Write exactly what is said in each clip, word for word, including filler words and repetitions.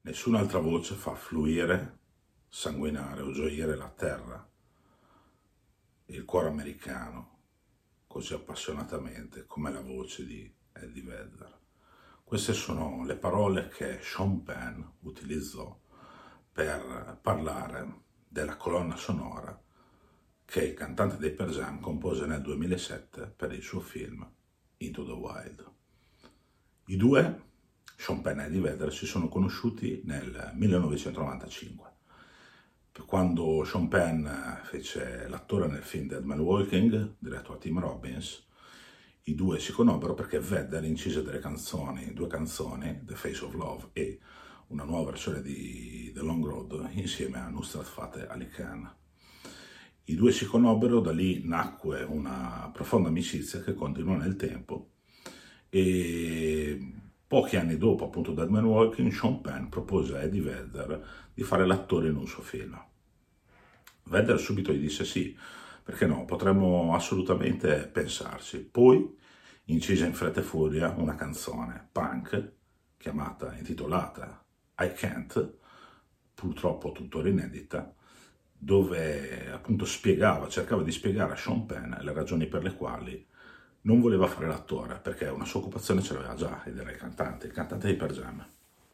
Nessun'altra voce fa fluire, sanguinare o gioire la terra e il cuore americano così appassionatamente come la voce di Eddie Vedder. Queste sono le parole che Sean Penn utilizzò per parlare della colonna sonora che il cantante dei Pearl Jam compose nel duemilasette per il suo film Into the Wild. I due, Sean Penn e Eddie Vedder, si sono conosciuti nel millenovecentonovantacinque, quando Sean Penn fece l'attore nel film Dead Man Walking, diretto da Tim Robbins. I due si conobbero perché Vedder incise delle canzoni, due canzoni, The Face of Love e una nuova versione di The Long Road, insieme a Nusrat Fateh Ali Khan. I due si conobbero, da lì nacque una profonda amicizia che continuò nel tempo e pochi anni dopo, appunto, Dead Man Walking, Sean Penn propose a Eddie Vedder di fare l'attore in un suo film. Vedder subito gli disse sì, perché no, potremmo assolutamente pensarci. Poi incise in fretta e furia una canzone punk chiamata, intitolata I Can't, purtroppo tuttora inedita, dove appunto spiegava, cercava di spiegare a Sean Penn le ragioni per le quali non voleva fare l'attore, perché una sua occupazione ce l'aveva già, ed era il cantante, il cantante dei Pearl Jam.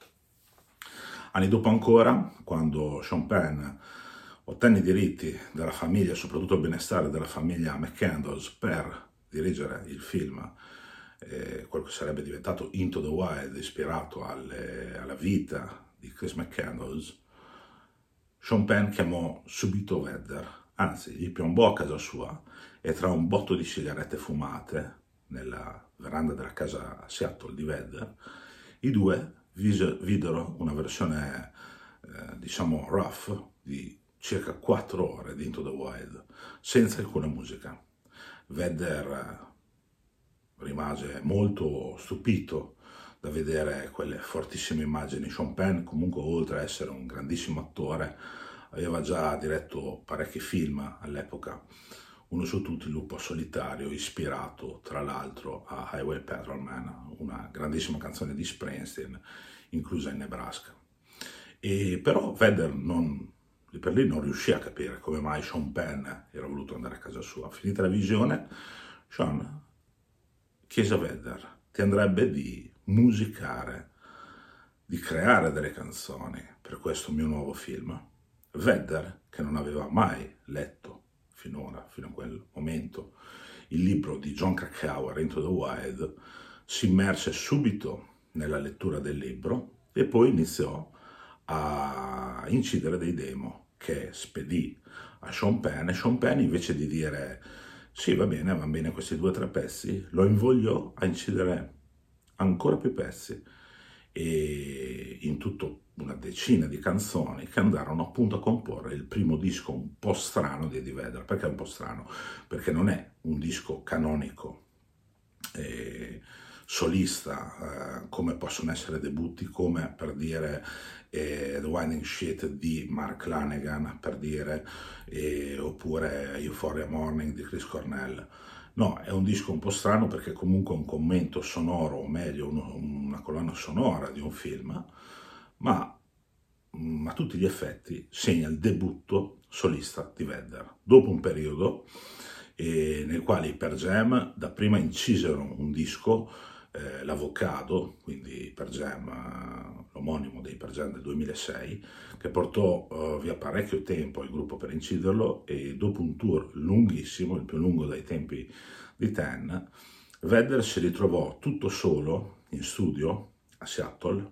Anni dopo ancora, quando Sean Penn ottenne i diritti della famiglia, soprattutto il benestare della famiglia McCandless, per dirigere il film, eh, quello che sarebbe diventato Into the Wild, ispirato alle, alla vita di Chris McCandless, Sean Penn chiamò subito Vedder, anzi gli piombò a casa sua e tra un botto di sigarette fumate nella veranda della casa a Seattle di Vedder, i due videro una versione eh, diciamo rough di circa quattro ore di Into the Wild senza alcuna musica. Vedder rimase molto stupito da vedere quelle fortissime immagini. Sean Penn, comunque, oltre a essere un grandissimo attore, aveva già diretto parecchi film all'epoca, uno su tutti Lupo Solitario, ispirato tra l'altro a Highway Patrolman, una grandissima canzone di Springsteen inclusa in Nebraska. E però Vedder non, lì per lì non riuscì a capire come mai Sean Penn era voluto andare a casa sua. Finita la visione, Sean chiese a Vedder: ti andrebbe di musicare, di creare delle canzoni per questo mio nuovo film? Vedder, che non aveva mai letto finora, fino a quel momento, il libro di Jon Krakauer, Into the Wild, si immerse subito nella lettura del libro e poi iniziò a incidere dei demo che spedì a Sean Penn, e Sean Penn, invece di dire sì, va bene, va bene questi due o tre pezzi, lo invogliò a incidere ancora più pezzi, e in tutto una decina di canzoni che andarono appunto a comporre il primo disco un po' strano di Eddie Vedder. Perché è un po' strano? Perché non è un disco canonico, eh, solista, eh, come possono essere debutti come per dire eh, The Winding Sheet di Mark Lanegan, per dire, eh, oppure Euphoria Morning di Chris Cornell. No, è un disco un po' strano perché comunque è un commento sonoro, o meglio uno, una colonna sonora di un film, ma a tutti gli effetti segna il debutto solista di Vedder, dopo un periodo eh, nel quale i Pearl Jam dapprima incisero un disco, eh, l'Avocado, quindi Pearl Jam, l'omonimo dei Pearl Jam del duemilasei, che portò uh, via parecchio tempo il gruppo per inciderlo, e dopo un tour lunghissimo, il più lungo dai tempi di Ten, Vedder si ritrovò tutto solo in studio a Seattle,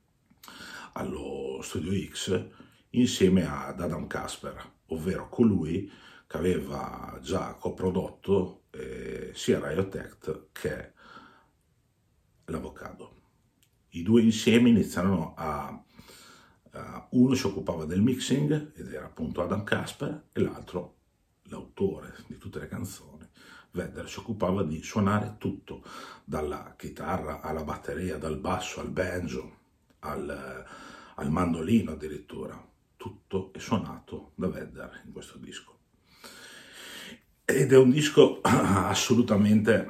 allo Studio X, insieme ad Adam Kasper, ovvero colui che aveva già coprodotto eh, sia Riot Act che l'Avocado. I due insieme iniziarono a Uh, uno si occupava del mixing ed era appunto Adam Kasper, e l'altro, l'autore di tutte le canzoni, Vedder, si occupava di suonare tutto, dalla chitarra alla batteria, dal basso al banjo, al, al mandolino addirittura. Tutto è suonato da Vedder in questo disco. Ed è un disco assolutamente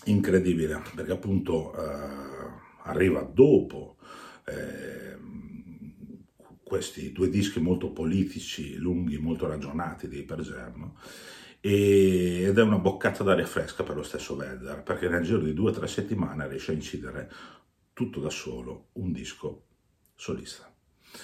incredibile, perché appunto uh, arriva dopo eh, questi due dischi molto politici, lunghi, molto ragionati dei Pearl Jam, e, ed è una boccata d'aria fresca per lo stesso Vedder, perché nel giro di due o tre settimane riesce a incidere tutto da solo un disco solista.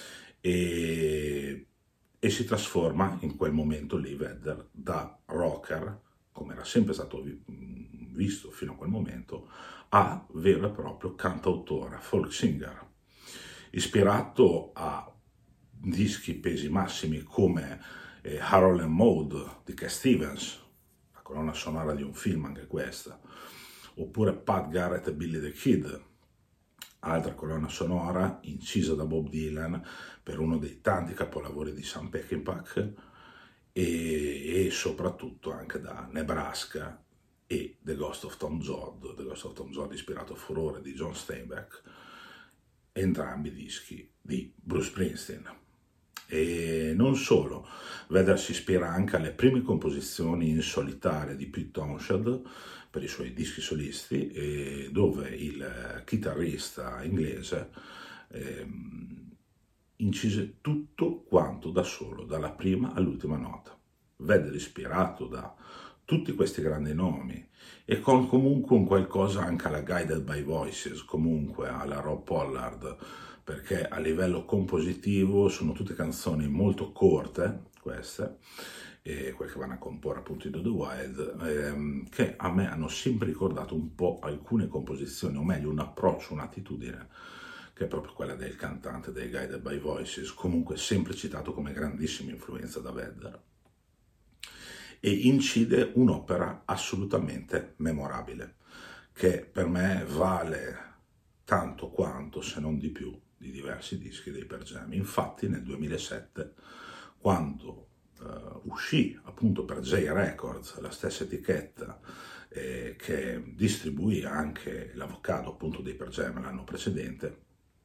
E, e si trasforma in quel momento lì Vedder da rocker, come era sempre stato visto fino a quel momento, a vero e proprio cantautore, folk singer, ispirato a dischi pesi massimi come eh, Harold and Maude di Cat Stevens, la colonna sonora di un film anche questa, oppure Pat Garrett e Billy the Kid, altra colonna sonora incisa da Bob Dylan per uno dei tanti capolavori di Sam Peckinpah, e, e soprattutto anche da Nebraska e The Ghost of Tom Joad, The Ghost of Tom Joad ispirato a Furore di John Steinbeck, entrambi dischi di Bruce Springsteen. E non solo, Vedder si ispira anche alle prime composizioni in solitaria di Pete Townshend per i suoi dischi solisti, e dove il chitarrista inglese eh, incise tutto quanto da solo, dalla prima all'ultima nota. Vedder, ispirato da tutti questi grandi nomi e con comunque un qualcosa anche alla Guided by Voices, comunque alla Rob Pollard, perché a livello compositivo sono tutte canzoni molto corte, queste, e quelle che vanno a comporre appunto Into the Wild, ehm, che a me hanno sempre ricordato un po' alcune composizioni, o meglio un approccio, un'attitudine, che è proprio quella del cantante dei Guided by Voices, comunque sempre citato come grandissima influenza da Vedder. E incide un'opera assolutamente memorabile, che per me vale tanto quanto, se non di più, di diversi dischi dei Pearl Jam. Infatti nel duemilasette, quando uh, uscì appunto per J Records, la stessa etichetta eh, che distribuì anche l'avocado appunto dei Pearl Jam l'anno precedente,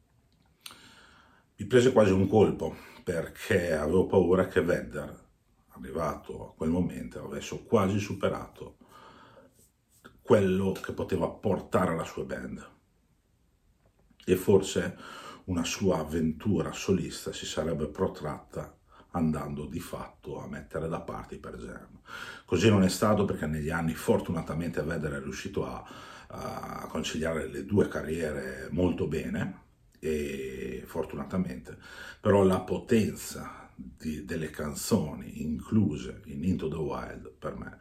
mi prese quasi un colpo, perché avevo paura che Vedder, arrivato a quel momento, avesse quasi superato quello che poteva portare alla sua band, e forse una sua avventura solista si sarebbe protratta andando di fatto a mettere da parte i Pearl Jam. Così non è stato, perché negli anni fortunatamente Vedder è riuscito a, a conciliare le due carriere molto bene, e fortunatamente, però la potenza di, delle canzoni incluse in Into the Wild per me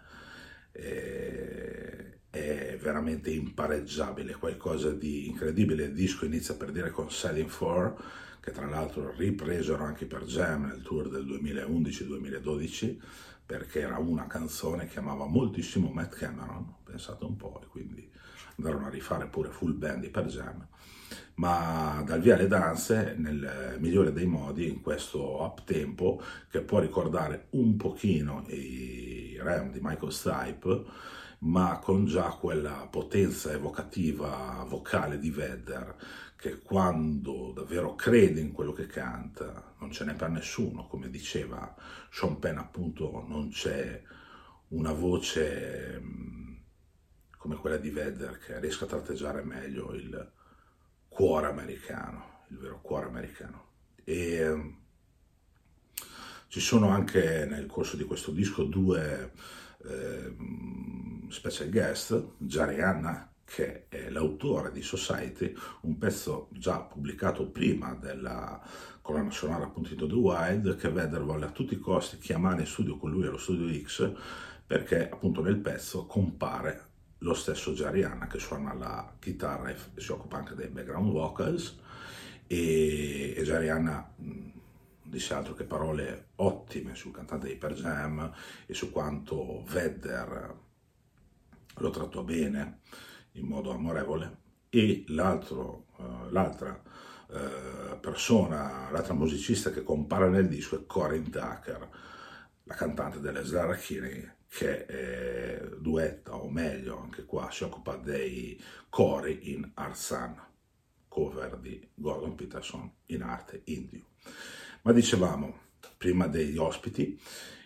è, è veramente impareggiabile, qualcosa di incredibile. Il disco inizia per dire con Selling For, che tra l'altro ripresero anche per Jam nel tour del duemilaundici duemiladodici, perché era una canzone che amava moltissimo Matt Cameron, pensate un po', e quindi andarono a rifare pure full band di per Jam. Ma dal via alle danze nel migliore dei modi, in questo up tempo che può ricordare un pochino i Ram di Michael Stipe, ma con già quella potenza evocativa vocale di Vedder, che quando davvero crede in quello che canta non ce n'è per nessuno. Come diceva Sean Penn, appunto, non c'è una voce come quella di Vedder che riesca a tratteggiare meglio il cuore americano, il vero cuore americano. E um, ci sono anche nel corso di questo disco due eh, special guest, Jarianna, che è l'autore di Society, un pezzo già pubblicato prima della colonna sonora appunto Into the Wild, che Vedder volle a tutti i costi chiamare in studio con lui allo Studio X, perché appunto nel pezzo compare lo stesso Jarianna che suona la chitarra e si occupa anche dei background vocals, e, e Jarianna disse altro che parole ottime sul cantante dei Pearl Jam e su quanto Vedder lo trattò bene, in modo amorevole. E l'altro, uh, l'altra uh, persona, l'altra musicista che compare nel disco è Corinne Tucker, la cantante delle Slarakini, che eh, duetta, o meglio anche qua si occupa dei cori in Arsan, cover di Gordon Peterson in arte indio. Ma dicevamo prima degli ospiti,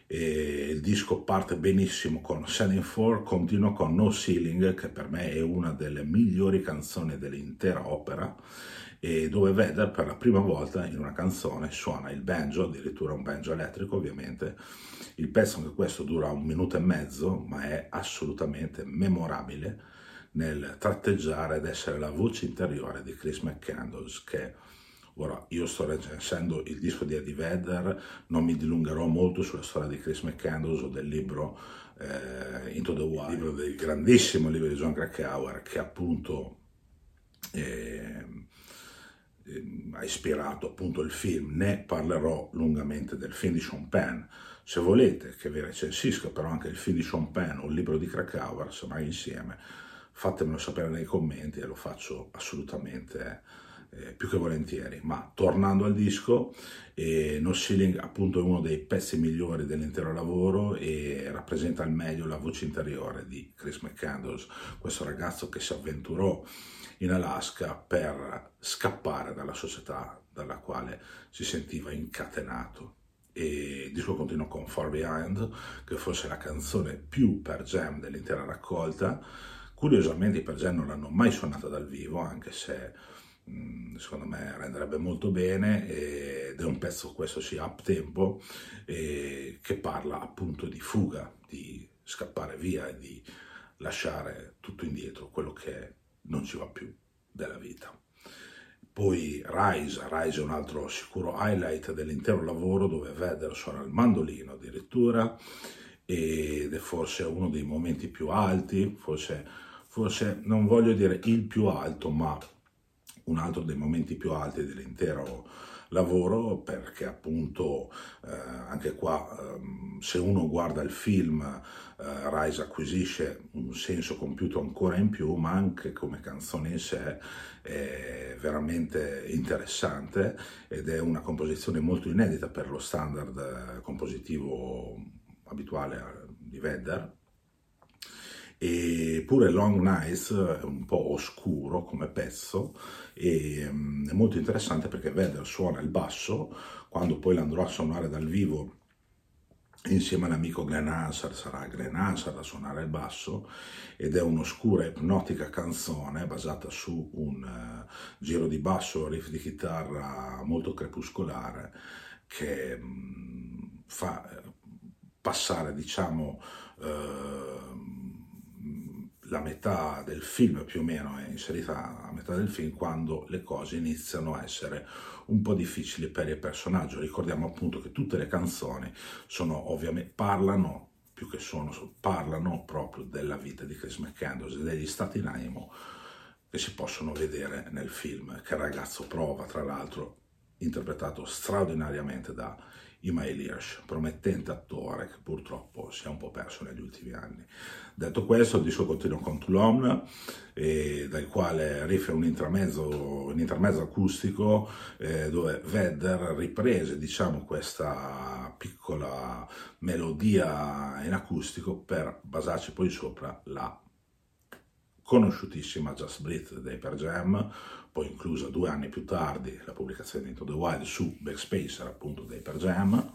E il disco parte benissimo con Setting For, continua con No Ceiling, che per me è una delle migliori canzoni dell'intera opera, e dove Vedder per la prima volta in una canzone suona il banjo, addirittura un banjo elettrico ovviamente. Il pezzo, anche questo, dura un minuto e mezzo, ma è assolutamente memorabile nel tratteggiare ed essere la voce interiore di Chris McCandless, che ora io sto recensendo il disco di Eddie Vedder, non mi dilungherò molto sulla storia di Chris McCandless o del libro eh, Into the Wild, il libro del grandissimo libro di Jon Krakauer, che appunto eh, ha ispirato appunto il film. Ne parlerò lungamente del film di Sean Penn. Se volete che vi recensisca però anche il film di Sean Penn o il libro di Krakauer, se mai insieme, fatemelo sapere nei commenti e lo faccio assolutamente eh, più che volentieri. Ma tornando al disco, eh, No Ceiling appunto è uno dei pezzi migliori dell'intero lavoro e rappresenta al meglio la voce interiore di Chris McCandless, questo ragazzo che si avventurò in Alaska per scappare dalla società dalla quale si sentiva incatenato. E il disco continua con Far Behind, che forse è la canzone più per jam dell'intera raccolta. Curiosamente i Per Jam non l'hanno mai suonata dal vivo, anche se mh, secondo me renderebbe molto bene, ed è un pezzo, questo sì, up tempo, eh, che parla appunto di fuga, di scappare via e di lasciare tutto indietro, quello che non ci va più della vita. Poi Rise, Rise è un altro sicuro highlight dell'intero lavoro, dove Vedder suona il mandolino addirittura, ed è forse uno dei momenti più alti, forse, forse non voglio dire il più alto, ma un altro dei momenti più alti dell'intero lavoro, perché appunto eh, anche qua eh, se uno guarda il film eh, Rise acquisisce un senso compiuto ancora in più, ma anche come canzone in sé è veramente interessante ed è una composizione molto inedita per lo standard compositivo abituale di Vedder. E pure Long Nights è un po' oscuro come pezzo e um, è molto interessante perché Vedder suona il basso, quando poi l'andrò a suonare dal vivo insieme all'amico Glenn Hansard, sarà Glenn Hansard a suonare il basso, ed è un'oscura ipnotica canzone basata su un uh, giro di basso, riff di chitarra molto crepuscolare, che um, fa passare, diciamo, uh, la metà del film più o meno è inserita a metà del film, quando le cose iniziano a essere un po' difficili per il personaggio. Ricordiamo appunto che tutte le canzoni sono ovviamente, parlano, più che sono, parlano proprio della vita di Chris McCandless e degli stati d'animo che si possono vedere nel film, che il ragazzo prova, tra l'altro interpretato straordinariamente da Ismail Hirsch, promettente attore che purtroppo si è un po' perso negli ultimi anni. Detto questo, il disco continua con Toulon, eh, dal quale riff è un intermezzo, un intermezzo acustico, eh, dove Vedder riprese, diciamo, questa piccola melodia in acustico per basarci poi sopra la conosciutissima Just Breathe dei Per Jam, poi inclusa due anni più tardi la pubblicazione di Into the Wild su Backspacer appunto dei Per Jam,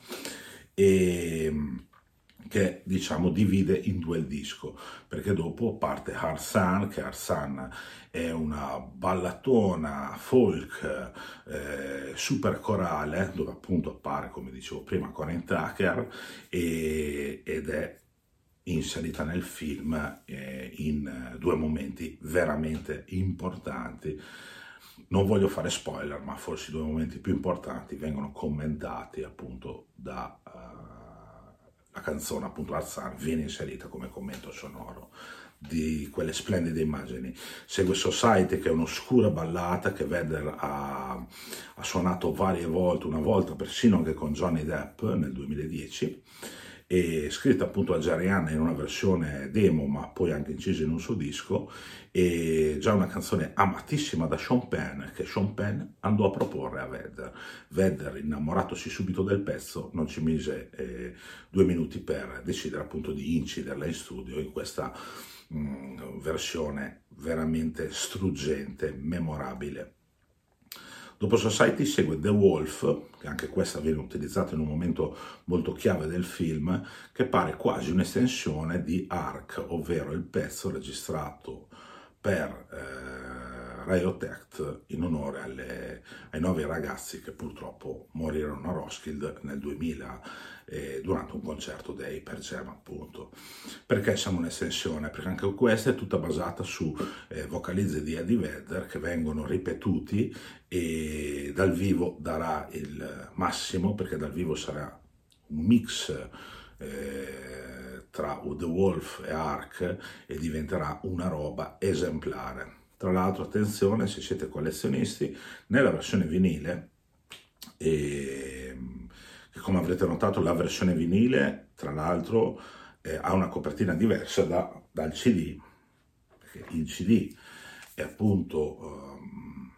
e che diciamo divide in due il disco, perché dopo parte Hard Sun, che Hard Sun è una ballatona folk eh, super corale, dove appunto appare, come dicevo prima, Corin Tucker, e, ed è inserita nel film eh, in due momenti veramente importanti. Non voglio fare spoiler, ma forse i due momenti più importanti vengono commentati appunto da uh, la canzone, appunto Hard Sun viene inserita come commento sonoro di quelle splendide immagini. Segue Society, che è un'oscura ballata che Vedder ha, ha suonato varie volte, una volta persino anche con Johnny Depp nel duemiladieci, e scritta appunto a Jerry Ann in una versione demo, ma poi anche incisa in un suo disco, e già una canzone amatissima da Sean Penn, che Sean Penn andò a proporre a Vedder. Vedder, innamoratosi subito del pezzo, non ci mise eh, due minuti per decidere appunto di inciderla in studio in questa mh, versione veramente struggente, memorabile. Dopo Society segue The Wolf, che anche questa viene utilizzata in un momento molto chiave del film, che pare quasi un'estensione di Arc, ovvero il pezzo registrato per eh, Riot Act in onore alle, ai nove ragazzi che purtroppo morirono a Roskilde nel duemila eh, durante un concerto dei Pearl Jam, appunto. Perché siamo un'estensione? Perché anche questa è tutta basata su eh, vocalizzi di Eddie Vedder che vengono ripetuti e dal vivo darà il massimo, perché dal vivo sarà un mix eh, tra The Wolf e Arc e diventerà una roba esemplare. Tra l'altro, attenzione, se siete collezionisti, nella versione vinile, e, che come avrete notato la versione vinile, tra l'altro, eh, ha una copertina diversa da, dal C D, perché il C D è appunto... Um,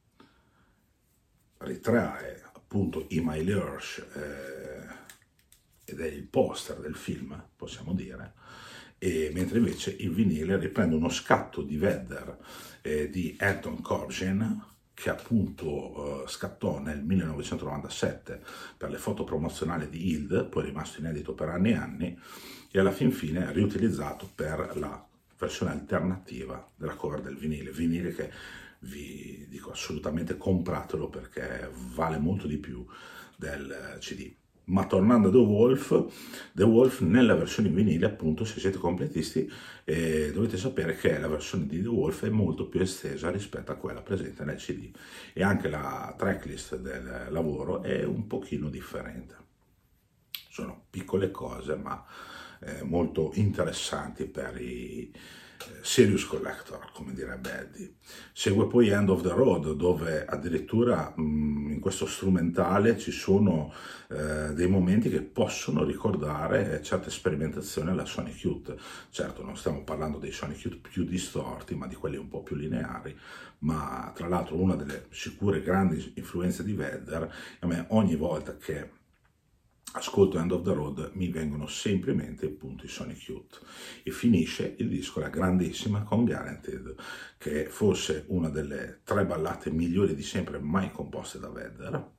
ritrae appunto i Emile Hirsch eh, ed è il poster del film, possiamo dire, e mentre invece il vinile riprende uno scatto di Vedder eh, di Anton Corbijn, che appunto eh, scattò nel millenovecentonovantasette per le foto promozionali di Hild, poi rimasto inedito per anni e anni, e alla fin fine riutilizzato per la versione alternativa della cover del vinile, vinile che vi dico assolutamente compratelo perché vale molto di più del C D. Ma tornando a The Wolf, The Wolf nella versione vinile, appunto, se siete completisti, eh, dovete sapere che la versione di The Wolf è molto più estesa rispetto a quella presente nel C D e anche la tracklist del lavoro è un pochino differente. Sono piccole cose ma eh, molto interessanti per i Serious Collector, come direbbe Eddie. Segue poi End of the Road, dove addirittura mh, in questo strumentale ci sono eh, dei momenti che possono ricordare certe sperimentazioni alla Sonic Youth. Certo, non stiamo parlando dei Sonic Youth più distorti, ma di quelli un po' più lineari, ma tra l'altro una delle sicure grandi influenze di Vedder, a me ogni volta che ascolto End of the Road mi vengono sempre in mente appunto i Sonic Youth, e finisce il disco la grandissima con Guaranteed, che è forse una delle tre ballate migliori di sempre mai composte da Vedder,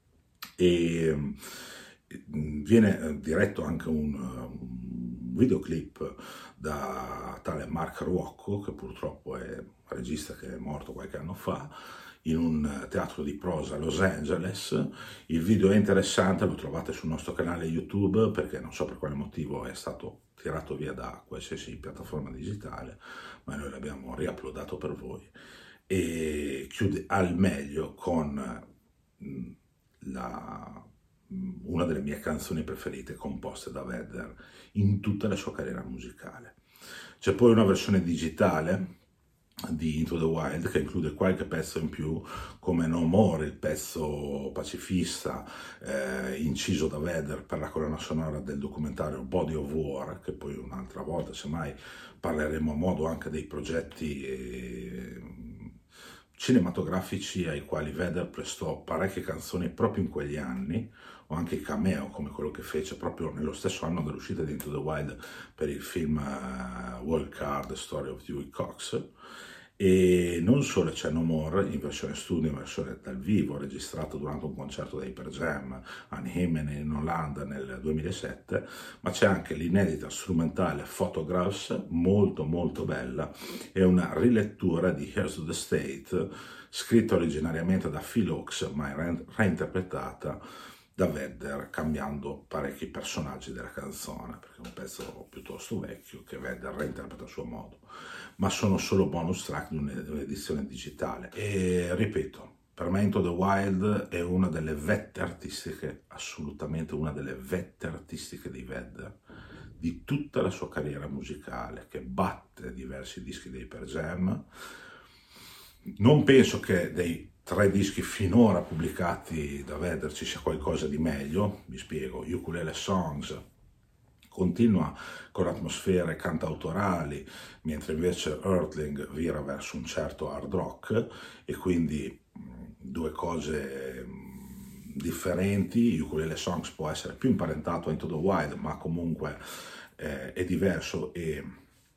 e viene diretto anche un, un videoclip da tale Mark Ruocco, che purtroppo è un regista che è morto qualche anno fa, in un teatro di prosa a Los Angeles. Il video è interessante, lo trovate sul nostro canale YouTube, perché non so per quale motivo è stato tirato via da qualsiasi piattaforma digitale, ma noi l'abbiamo riuploadato per voi, e chiude al meglio con la, una delle mie canzoni preferite composte da Vedder in tutta la sua carriera musicale. C'è poi una versione digitale di Into the Wild che include qualche pezzo in più, come No More, il pezzo pacifista eh, inciso da Vedder per la colonna sonora del documentario Body of War, che poi un'altra volta semmai parleremo a modo anche dei progetti eh, cinematografici ai quali Vedder prestò parecchie canzoni proprio in quegli anni, o anche cameo come quello che fece proprio nello stesso anno dell'uscita di Into the Wild per il film uh, Wild Card, The Story of Dewey Cox. E non solo c'è No More in versione studio, in versione dal vivo, registrato durante un concerto dei Pearl Jam a Niemen in Olanda nel duemilasette, ma c'è anche l'inedita strumentale Photographs, molto molto bella, e una rilettura di Here's to the State, scritta originariamente da Phil Ochs, ma reinterpretata da Vedder, cambiando parecchi personaggi della canzone, perché è un pezzo piuttosto vecchio che Vedder reinterpreta a suo modo, ma sono solo bonus track di un'edizione digitale. E ripeto, per me Into the Wild è una delle vette artistiche, assolutamente una delle vette artistiche di Vedder, di tutta la sua carriera musicale, che batte diversi dischi dei Pearl Jam. Non penso che dei tre dischi finora pubblicati da Vedder ci sia qualcosa di meglio, vi spiego. Ukulele Songs continua con atmosfere cantautorali, mentre invece Earthling vira verso un certo hard rock, e quindi due cose differenti. Ukulele Songs può essere più imparentato a Into the Wild, ma comunque eh, è diverso, e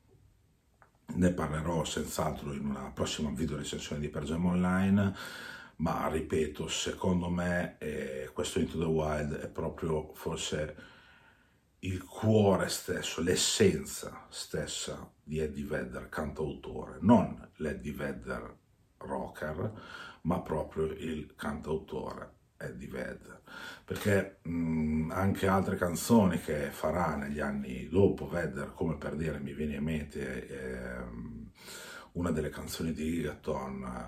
ne parlerò senz'altro in una prossima video recensione di Pearl Jam Online. ma ripeto, secondo me eh, questo Into the Wild è proprio forse il cuore stesso, l'essenza stessa di Eddie Vedder, cantautore, non l'Eddie Vedder rocker, ma proprio il cantautore Eddie Vedder, perché mh, anche altre canzoni che farà negli anni dopo Vedder, come per dire, mi viene in mente ehm, una delle canzoni di Gigaton,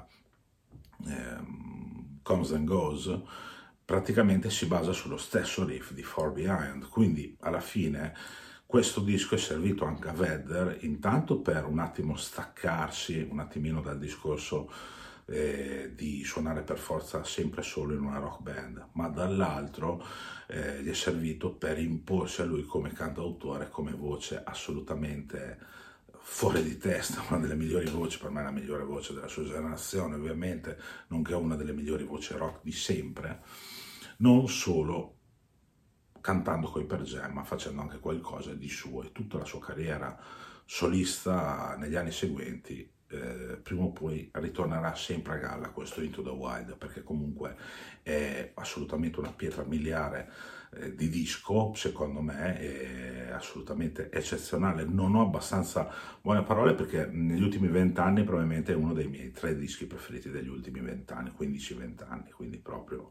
ehm, Comes and Goes, praticamente si basa sullo stesso riff di Far Behind, quindi alla fine questo disco è servito anche a Vedder, intanto per un attimo staccarsi un attimino dal discorso eh, di suonare per forza sempre solo in una rock band, ma dall'altro eh, gli è servito per imporsi a lui come cantautore, come voce assolutamente fuori di testa, una delle migliori voci, per me la migliore voce della sua generazione ovviamente, nonché una delle migliori voci rock di sempre, non solo cantando coi Per Jam, ma facendo anche qualcosa di suo, e tutta la sua carriera solista negli anni seguenti eh, prima o poi ritornerà sempre a galla questo Into the Wild, perché comunque è assolutamente una pietra miliare eh, di disco, secondo me è assolutamente eccezionale. Non ho abbastanza buone parole perché negli ultimi vent'anni probabilmente è uno dei miei tre dischi preferiti degli ultimi vent'anni, quindici vent'anni, quindi proprio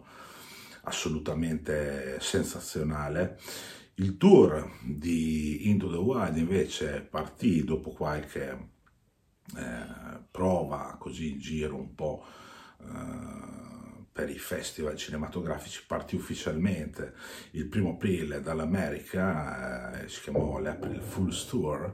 assolutamente sensazionale. Il tour di Into the Wild invece partì dopo qualche eh, prova così in giro un po' eh, per i festival cinematografici, partì ufficialmente il primo aprile dall'America, eh, si chiamò l'April Fool's Tour,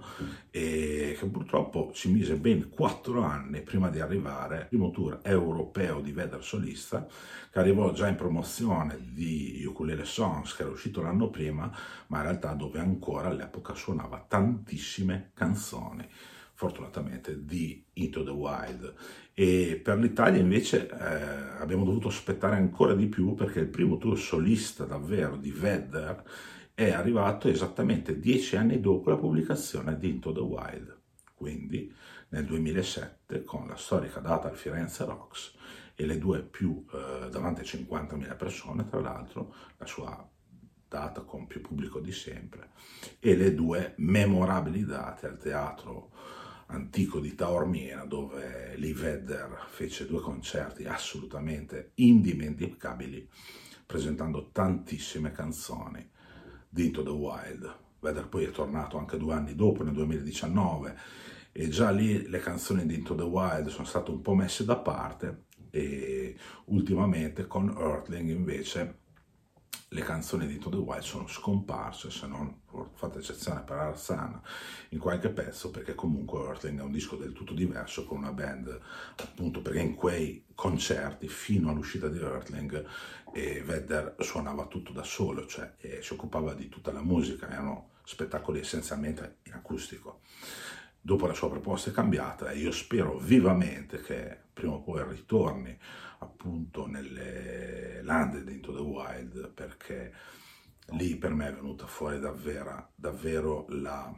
e che purtroppo ci mise ben quattro anni prima di arrivare al primo tour europeo di Vedder solista, che arrivò già in promozione di Ukulele Songs, che era uscito l'anno prima, ma in realtà dove ancora all'epoca suonava tantissime canzoni, fortunatamente, di Into the Wild. E per l'Italia invece eh, abbiamo dovuto aspettare ancora di più, perché il primo tour solista davvero di Vedder è arrivato esattamente dieci anni dopo la pubblicazione di Into the Wild, quindi nel duemilasette, con la storica data al Firenze Rocks e le due più eh, davanti a cinquantamila persone, tra l'altro la sua data con più pubblico di sempre, e le due memorabili date al Teatro Antico di Taormina, dove Lee Vedder fece due concerti assolutamente indimenticabili, presentando tantissime canzoni di Into the Wild. Vedder poi è tornato anche due anni dopo, nel duemiladiciannove, e già lì le canzoni di Into the Wild sono state un po' messe da parte, e ultimamente con Earthling invece le canzoni di Into the Wild sono scomparse, se non fate eccezione per Arsana in qualche pezzo, perché comunque Earthling è un disco del tutto diverso, con una band, appunto perché in quei concerti fino all'uscita di Earthling eh, Vedder suonava tutto da solo, cioè eh, si occupava di tutta la musica, erano spettacoli essenzialmente in acustico. Dopo la sua proposta è cambiata, e io spero vivamente che prima o poi ritorni appunto nelle lande di Into the Wild, perché lì per me è venuta fuori davvero, davvero la,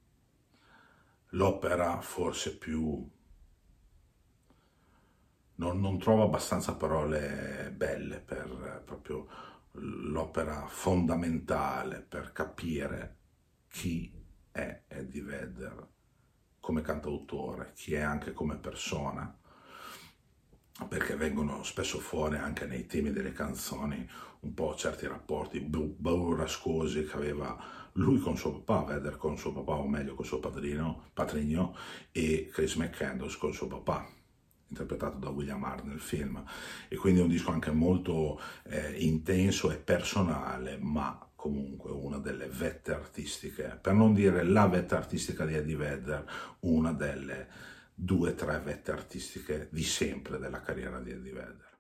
l'opera forse più... Non, non trovo abbastanza parole belle per proprio l'opera fondamentale per capire chi è Eddie Vedder come cantautore, chi è anche come persona, perché vengono spesso fuori anche nei temi delle canzoni un po' certi rapporti burrascosi che aveva lui con suo papà, Vedder con suo papà, o meglio con suo padrino, patrigno, e Chris McCandless con suo papà, interpretato da William Hart nel film. E quindi è un disco anche molto eh, intenso e personale, ma comunque una delle vette artistiche, per non dire la vetta artistica di Eddie Vedder, una delle due o tre vette artistiche di sempre della carriera di Eddie Vedder.